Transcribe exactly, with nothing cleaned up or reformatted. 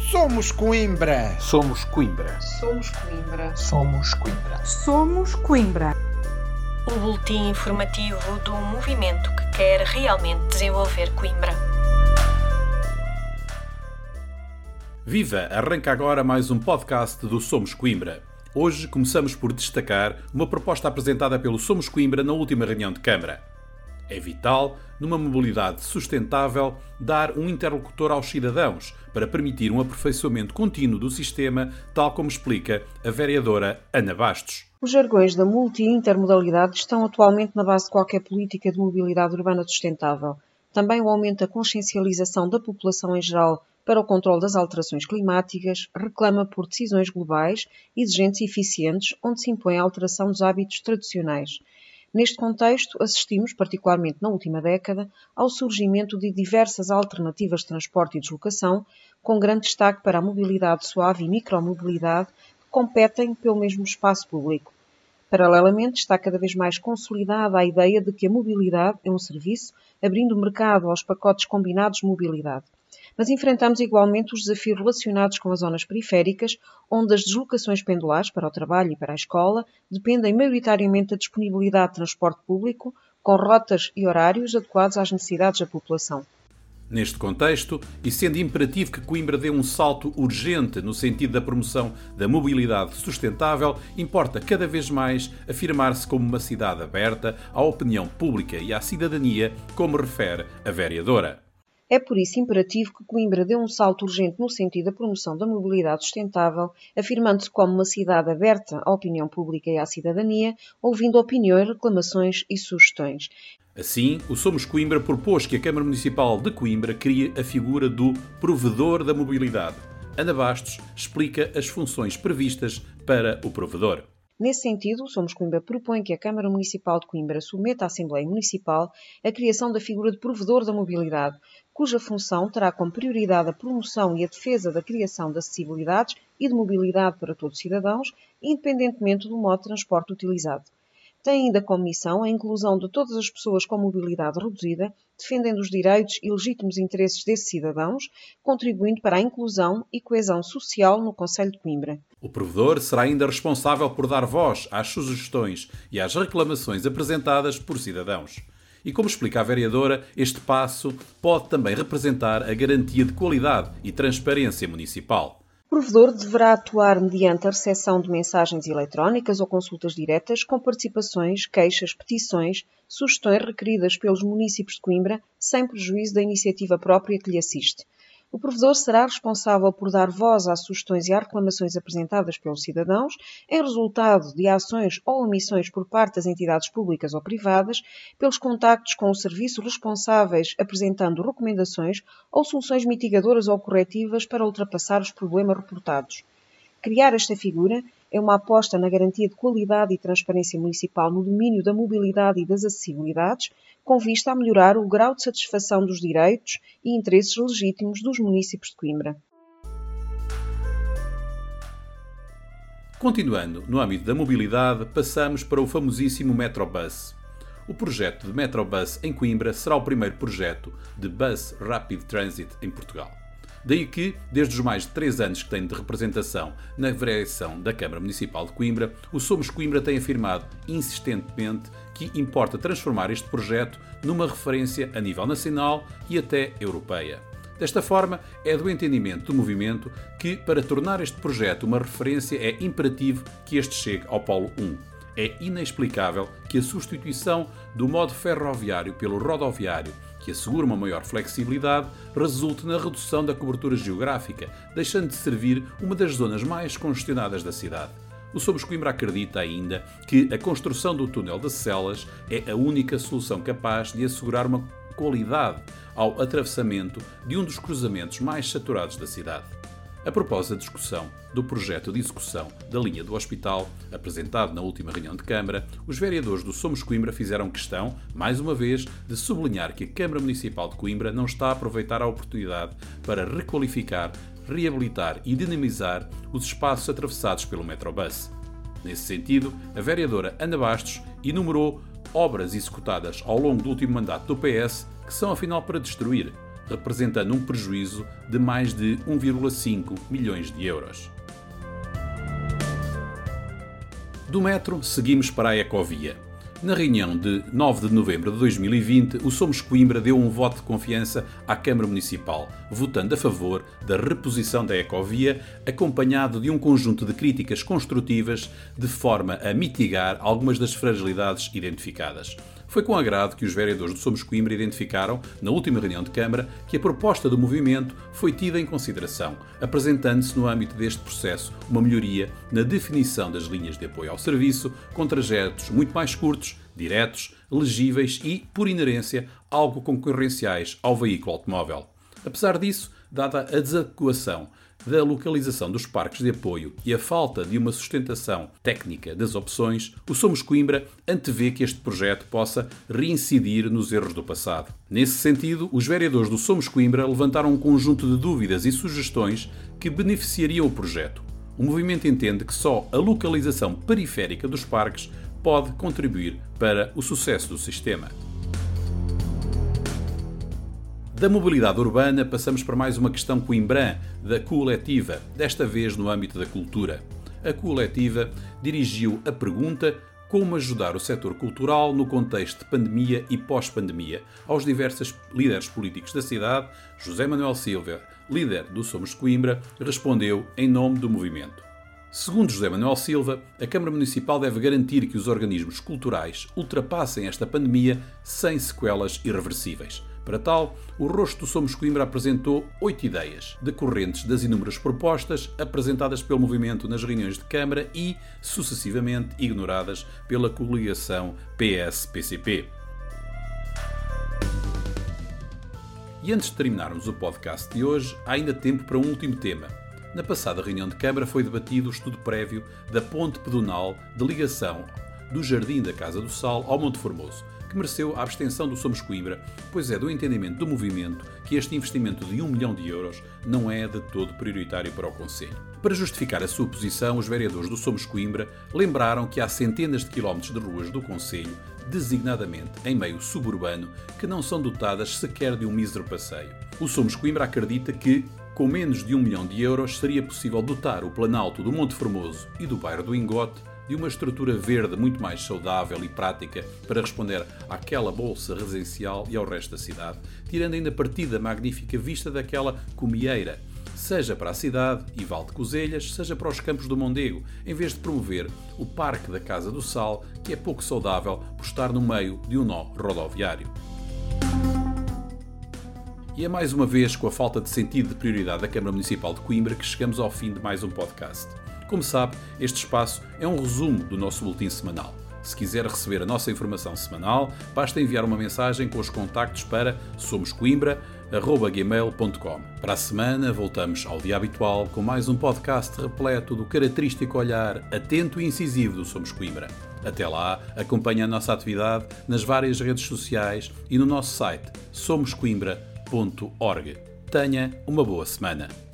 Somos Coimbra! Somos Coimbra. Somos Coimbra. Somos Coimbra. Somos Coimbra. O boletim informativo do movimento que quer realmente desenvolver Coimbra. Viva! Arranca agora mais um podcast do Somos Coimbra. Hoje começamos por destacar uma proposta apresentada pelo Somos Coimbra na última reunião de Câmara. É vital, numa mobilidade sustentável, dar um interlocutor aos cidadãos para permitir um aperfeiçoamento contínuo do sistema, tal como explica a vereadora Ana Bastos. Os jargões da multi e intermodalidade estão atualmente na base de qualquer política de mobilidade urbana sustentável. Também o aumento da consciencialização da população em geral para o controle das alterações climáticas reclama por decisões globais, exigentes e eficientes, onde se impõe a alteração dos hábitos tradicionais. Neste contexto, assistimos, particularmente na última década, ao surgimento de diversas alternativas de transporte e deslocação, com grande destaque para a mobilidade suave e micromobilidade, que competem pelo mesmo espaço público. Paralelamente, está cada vez mais consolidada a ideia de que a mobilidade é um serviço, abrindo o mercado aos pacotes combinados de mobilidade. Mas enfrentamos igualmente os desafios relacionados com as zonas periféricas, onde as deslocações pendulares para o trabalho e para a escola dependem maioritariamente da disponibilidade de transporte público, com rotas e horários adequados às necessidades da população. Neste contexto, e sendo imperativo que Coimbra dê um salto urgente no sentido da promoção da mobilidade sustentável, importa cada vez mais afirmar-se como uma cidade aberta à opinião pública e à cidadania, como refere a vereadora. É por isso imperativo que Coimbra dê um salto urgente no sentido da promoção da mobilidade sustentável, afirmando-se como uma cidade aberta à opinião pública e à cidadania, ouvindo opiniões, reclamações e sugestões. Assim, o Somos Coimbra propôs que a Câmara Municipal de Coimbra crie a figura do provedor da mobilidade. Ana Bastos explica as funções previstas para o provedor. Nesse sentido, o Somos Coimbra propõe que a Câmara Municipal de Coimbra submeta à Assembleia Municipal a criação da figura de provedor da mobilidade, cuja função terá como prioridade a promoção e a defesa da criação de acessibilidades e de mobilidade para todos os cidadãos, independentemente do modo de transporte utilizado. Tem ainda como missão a inclusão de todas as pessoas com mobilidade reduzida, defendendo os direitos e legítimos interesses desses cidadãos, contribuindo para a inclusão e coesão social no Concelho de Coimbra. O provedor será ainda responsável por dar voz às sugestões e às reclamações apresentadas por cidadãos. E como explica a vereadora, este passo pode também representar a garantia de qualidade e transparência municipal. O provedor deverá atuar mediante a recepção de mensagens eletrónicas ou consultas diretas com participações, queixas, petições, sugestões requeridas pelos municípios de Coimbra, sem prejuízo da iniciativa própria que lhe assiste. O provedor será responsável por dar voz às sugestões e às reclamações apresentadas pelos cidadãos, em resultado de ações ou omissões por parte das entidades públicas ou privadas, pelos contactos com o serviço responsáveis apresentando recomendações ou soluções mitigadoras ou corretivas para ultrapassar os problemas reportados. Criar esta figura é uma aposta na garantia de qualidade e transparência municipal no domínio da mobilidade e das acessibilidades, com vista a melhorar o grau de satisfação dos direitos e interesses legítimos dos municípios de Coimbra. Continuando no âmbito da mobilidade, passamos para o famosíssimo Metrobus. O projeto de Metrobus em Coimbra será o primeiro projeto de Bus Rapid Transit em Portugal. Daí que, desde os mais de três anos que tem de representação na direção da Câmara Municipal de Coimbra, o Somos Coimbra tem afirmado insistentemente que importa transformar este projeto numa referência a nível nacional e até europeia. Desta forma, é do entendimento do movimento que, para tornar este projeto uma referência, é imperativo que este chegue ao Polo um. É inexplicável que a substituição do modo ferroviário pelo rodoviário, que assegura uma maior flexibilidade, resulte na redução da cobertura geográfica, deixando de servir uma das zonas mais congestionadas da cidade. O Somos Coimbra acredita ainda que a construção do túnel de Celas é a única solução capaz de assegurar uma qualidade ao atravessamento de um dos cruzamentos mais saturados da cidade. A propósito da discussão do projeto de execução da linha do hospital, apresentado na última reunião de Câmara, os vereadores do Somos Coimbra fizeram questão, mais uma vez, de sublinhar que a Câmara Municipal de Coimbra não está a aproveitar a oportunidade para requalificar, reabilitar e dinamizar os espaços atravessados pelo Metrobus. Nesse sentido, a vereadora Ana Bastos enumerou obras executadas ao longo do último mandato do P S que são afinal para destruir, representando um prejuízo de mais de um vírgula cinco milhões de euros. Do metro, seguimos para a Ecovia. Na reunião de nove de novembro de dois mil e vinte, o Somos Coimbra deu um voto de confiança à Câmara Municipal, votando a favor da reposição da Ecovia, acompanhado de um conjunto de críticas construtivas de forma a mitigar algumas das fragilidades identificadas. Foi com agrado que os vereadores do Somos Coimbra identificaram, na última reunião de Câmara, que a proposta do movimento foi tida em consideração, apresentando-se no âmbito deste processo uma melhoria na definição das linhas de apoio ao serviço, com trajetos muito mais curtos, diretos, legíveis e, por inerência, algo concorrenciais ao veículo automóvel. Apesar disso, dada a desadequação da localização dos parques de apoio e a falta de uma sustentação técnica das opções, o Somos Coimbra antevê que este projeto possa reincidir nos erros do passado. Nesse sentido, os vereadores do Somos Coimbra levantaram um conjunto de dúvidas e sugestões que beneficiariam o projeto. O movimento entende que só a localização periférica dos parques pode contribuir para o sucesso do sistema. Da mobilidade urbana, passamos para mais uma questão coimbrã da Coletiva, desta vez no âmbito da cultura. A Coletiva dirigiu a pergunta como ajudar o setor cultural no contexto de pandemia e pós-pandemia aos diversos líderes políticos da cidade. José Manuel Silva, líder do Somos Coimbra, respondeu em nome do movimento. Segundo José Manuel Silva, a Câmara Municipal deve garantir que os organismos culturais ultrapassem esta pandemia sem sequelas irreversíveis. Para tal, o rosto do Somos Coimbra apresentou oito ideias, decorrentes das inúmeras propostas apresentadas pelo movimento nas reuniões de Câmara e, sucessivamente, ignoradas pela coligação P S P C P. E antes de terminarmos o podcast de hoje, há ainda tempo para um último tema. Na passada reunião de Câmara foi debatido o estudo prévio da ponte pedonal de ligação do Jardim da Casa do Sal ao Monte Formoso, que mereceu a abstenção do Somos Coimbra, pois é do entendimento do movimento que este investimento de um milhão de euros não é de todo prioritário para o concelho. Para justificar a sua posição, os vereadores do Somos Coimbra lembraram que há centenas de quilómetros de ruas do concelho, designadamente em meio suburbano, que não são dotadas sequer de um mísero passeio. O Somos Coimbra acredita que, com menos de um milhão de euros, seria possível dotar o Planalto do Monte Formoso e do bairro do Ingote de uma estrutura verde muito mais saudável e prática para responder àquela bolsa residencial e ao resto da cidade, tirando ainda partido da magnífica vista daquela comieira, seja para a cidade e Val de Cozelhas, seja para os Campos do Mondego, em vez de promover o Parque da Casa do Sal, que é pouco saudável por estar no meio de um nó rodoviário. E é mais uma vez com a falta de sentido de prioridade da Câmara Municipal de Coimbra que chegamos ao fim de mais um podcast. Como sabe, este espaço é um resumo do nosso boletim semanal. Se quiser receber a nossa informação semanal, basta enviar uma mensagem com os contactos para somoscoimbra arroba gmail ponto com. Para a semana, voltamos ao dia habitual com mais um podcast repleto do característico olhar atento e incisivo do Somos Coimbra. Até lá, acompanhe a nossa atividade nas várias redes sociais e no nosso site somos coimbra ponto org. Tenha uma boa semana.